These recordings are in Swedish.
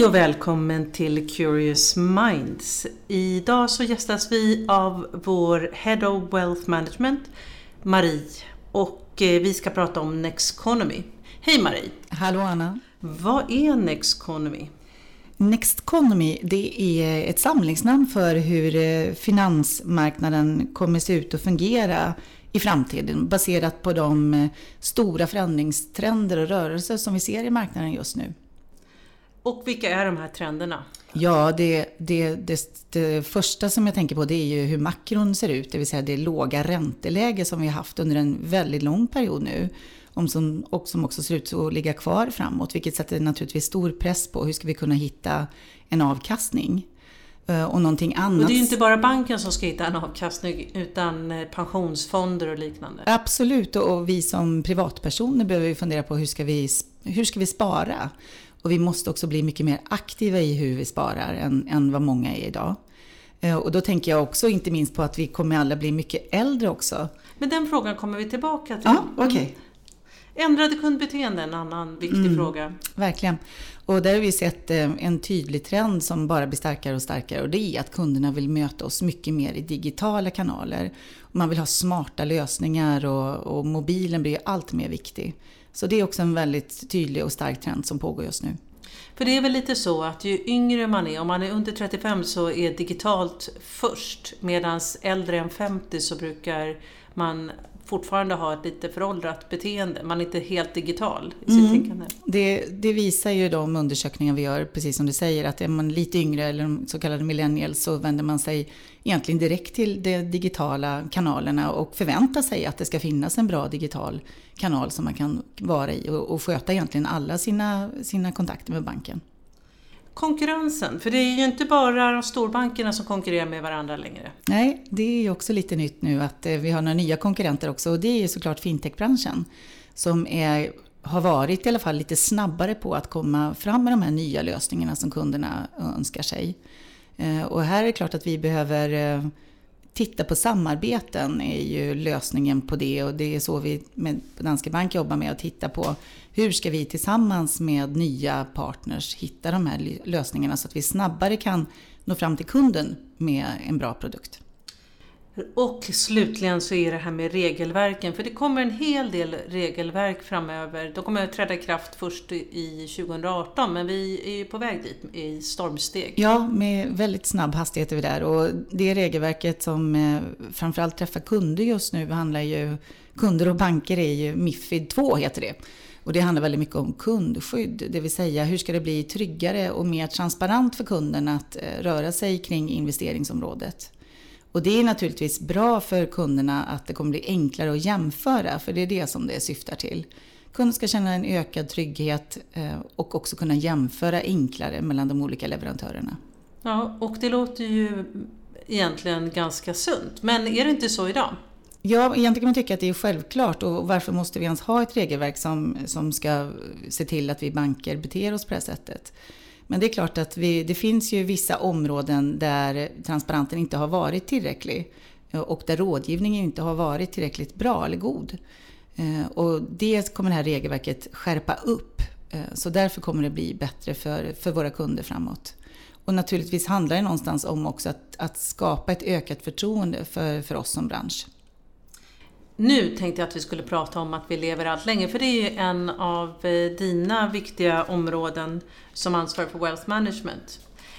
Hej och välkommen till Curious Minds. Idag så gästas vi av vår Head of Wealth Management, Marie. Och vi ska prata om Nexconomy. Hej Marie! Hallå Anna! Vad är Nexconomy? Nexconomy, det är ett samlingsnamn för hur finansmarknaden kommer se ut och fungera i framtiden. Baserat på de stora förändringstrender och rörelser som vi ser i marknaden just nu. Och vilka är de här trenderna? Ja, det första som jag tänker på det är ju hur makron ser ut. Det vill säga det låga ränteläge som vi har haft under en väldigt lång period nu. Som också ser ut att ligga kvar framåt. Vilket sätter naturligtvis stor press på hur ska vi kunna hitta en avkastning. Och någonting annat. Och det är ju inte bara banken som ska hitta en avkastning utan pensionsfonder och liknande. Absolut, och vi som privatpersoner behöver fundera på hur ska vi spara. Och vi måste också bli mycket mer aktiva i hur vi sparar än vad många är idag. Och då tänker jag också inte minst på att vi kommer alla bli mycket äldre också. Men den frågan kommer vi tillbaka till. Ja, okej. Ändrade kundbeteende, en annan viktig fråga. Verkligen. Och där har vi sett en tydlig trend som bara blir starkare och starkare. Och det är att kunderna vill möta oss mycket mer i digitala kanaler. Man vill ha smarta lösningar och mobilen blir allt mer viktig. Så det är också en väldigt tydlig och stark trend som pågår just nu. För det är väl lite så att ju yngre man är, om man är under 35 så är digitalt först. Medan äldre än 50 så brukar man fortfarande ha ett lite föråldrat beteende. Man är inte helt digital i sitt tänkande. Det visar ju de undersökningar vi gör, precis som du säger, att är man lite yngre eller de så kallade millennials så vänder man sig egentligen direkt till de digitala kanalerna och förväntar sig att det ska finnas en bra digital kanal som man kan vara i och sköta egentligen alla sina kontakter med banken. Konkurrensen, för det är ju inte bara de storbankerna som konkurrerar med varandra längre. Nej, det är ju också lite nytt nu att vi har några nya konkurrenter också och det är ju såklart fintechbranschen som har varit i alla fall lite snabbare på att komma fram med de här nya lösningarna som kunderna önskar sig. Och här är det klart att vi behöver titta på samarbeten är ju lösningen på det och det är så vi med Danske Bank jobbar med att titta på hur ska vi tillsammans med nya partners hitta de här lösningarna så att vi snabbare kan nå fram till kunden med en bra produkt. Och slutligen så är det här med regelverken, för det kommer en hel del regelverk framöver. De kommer att träda i kraft först i 2018, men vi är ju på väg dit i stormsteg. Ja, med väldigt snabb hastighet är vi där och det regelverket som framförallt träffar kunder just nu handlar ju, kunder och banker är ju MiFID 2 heter det. Och det handlar väldigt mycket om kundskydd, det vill säga hur ska det bli tryggare och mer transparent för kunden att röra sig kring investeringsområdet. Och det är naturligtvis bra för kunderna att det kommer bli enklare att jämföra, för det är det som det syftar till. Kunden ska känna en ökad trygghet och också kunna jämföra enklare mellan de olika leverantörerna. Ja, och det låter ju egentligen ganska sunt, men är det inte så idag? Ja, egentligen kan man tycka att det är självklart och varför måste vi ens ha ett regelverk som ska se till att vi banker beter oss på det här sättet. Men det är klart att det finns ju vissa områden där transparensen inte har varit tillräcklig och där rådgivningen inte har varit tillräckligt bra eller god. Och det kommer det här regelverket skärpa upp, så därför kommer det bli bättre för våra kunder framåt. Och naturligtvis handlar det någonstans om också att skapa ett ökat förtroende för oss som bransch. Nu tänkte jag att vi skulle prata om att vi lever allt längre, för det är ju en av dina viktiga områden som ansvarar för wealth management.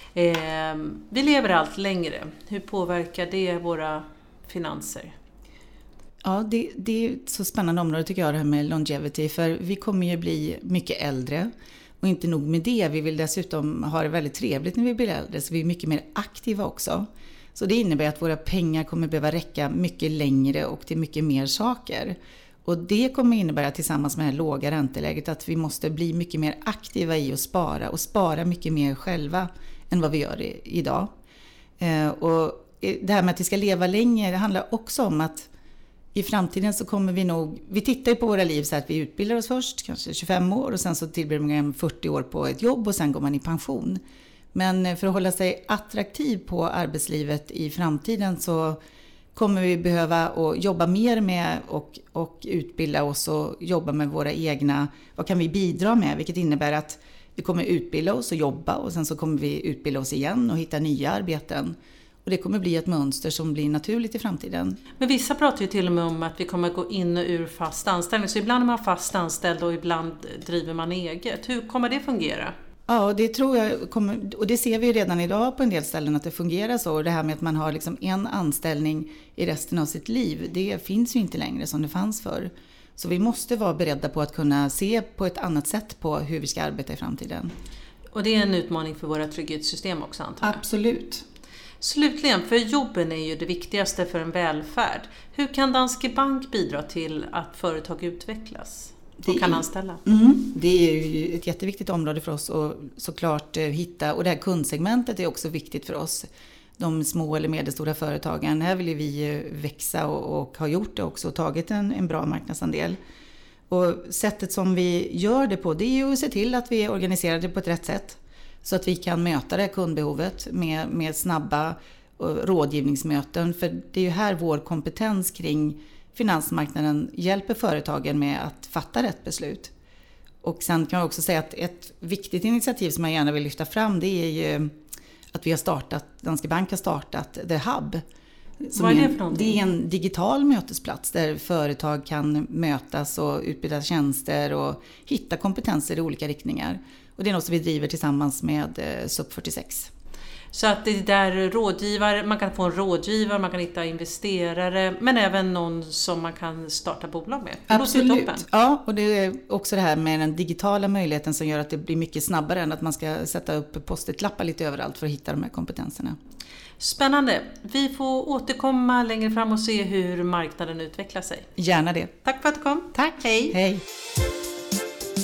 Vi lever allt längre. Hur påverkar det våra finanser? Ja, det är ett så spännande område tycker jag det här med longevity, för vi kommer ju bli mycket äldre. Och inte nog med det, vi vill dessutom ha det väldigt trevligt när vi blir äldre, så vi är mycket mer aktiva också. Så det innebär att våra pengar kommer behöva räcka mycket längre och till mycket mer saker. Och det kommer innebära tillsammans med det här låga ränteläget att vi måste bli mycket mer aktiva i att spara och spara mycket mer själva än vad vi gör idag. Och det här med att vi ska leva länge, det handlar också om att i framtiden så kommer vi tittar ju på våra liv så att vi utbildar oss först, kanske 25 år och sen så tillbringar man 40 år på ett jobb och sen går man i pension. Men för att hålla sig attraktiv på arbetslivet i framtiden så kommer vi behöva att jobba mer med och utbilda oss och jobba med våra egna, vad kan vi bidra med? Vilket innebär att Vi kommer utbilda oss och jobba och sen så kommer vi utbilda oss igen och hitta nya arbeten. Och det kommer bli ett mönster som blir naturligt i framtiden. Men vissa pratar ju till och med om att vi kommer gå in och ur fast anställning. Så ibland är man fast anställd och ibland driver man eget. Hur kommer det fungera? Ja, det tror jag kommer, och det ser vi ju redan idag på en del ställen att det fungerar så. Och det här med att man har liksom en anställning i resten av sitt liv, det finns ju inte längre som det fanns förr. Så vi måste vara beredda på att kunna se på ett annat sätt på hur vi ska arbeta i framtiden. Och det är en utmaning för våra trygghetssystem också, antar jag. Absolut. Slutligen, för jobben är ju det viktigaste för en välfärd. Hur kan Danske Bank bidra till att företag utvecklas och kan anställa? Det är ju ett jätteviktigt område för oss att såklart hitta. Och det här kundsegmentet är också viktigt för oss. De små eller medelstora företagen. Här vill vi växa och har gjort det också och tagit en bra marknadsandel. Och sättet som vi gör det på, det är ju att se till att vi är organiserade på ett rätt sätt. Så att vi kan möta det här kundbehovet med snabba rådgivningsmöten. För det är ju här vår kompetens kring finansmarknaden hjälper företagen med att fatta rätt beslut. Och sen kan jag också säga att ett viktigt initiativ som jag gärna vill lyfta fram, det är ju att Danske Bank har startat The Hub. Vad är det för någonting? Det är en digital mötesplats där företag kan mötas och utbilda tjänster och hitta kompetenser i olika riktningar. Och det är något som vi driver tillsammans med SUP 46. Så att det är där rådgivare, man kan få en rådgivare, man kan hitta investerare, men även någon som man kan starta bolag med. Det Absolut. Ja, och det är också det här med den digitala möjligheten som gör att det blir mycket snabbare än att man ska sätta upp post-it-lappar lite överallt för att hitta de här kompetenserna. Spännande. Vi får återkomma längre fram och se hur marknaden utvecklar sig. Gärna det. Tack för att du kom. Tack. Hej. Hej.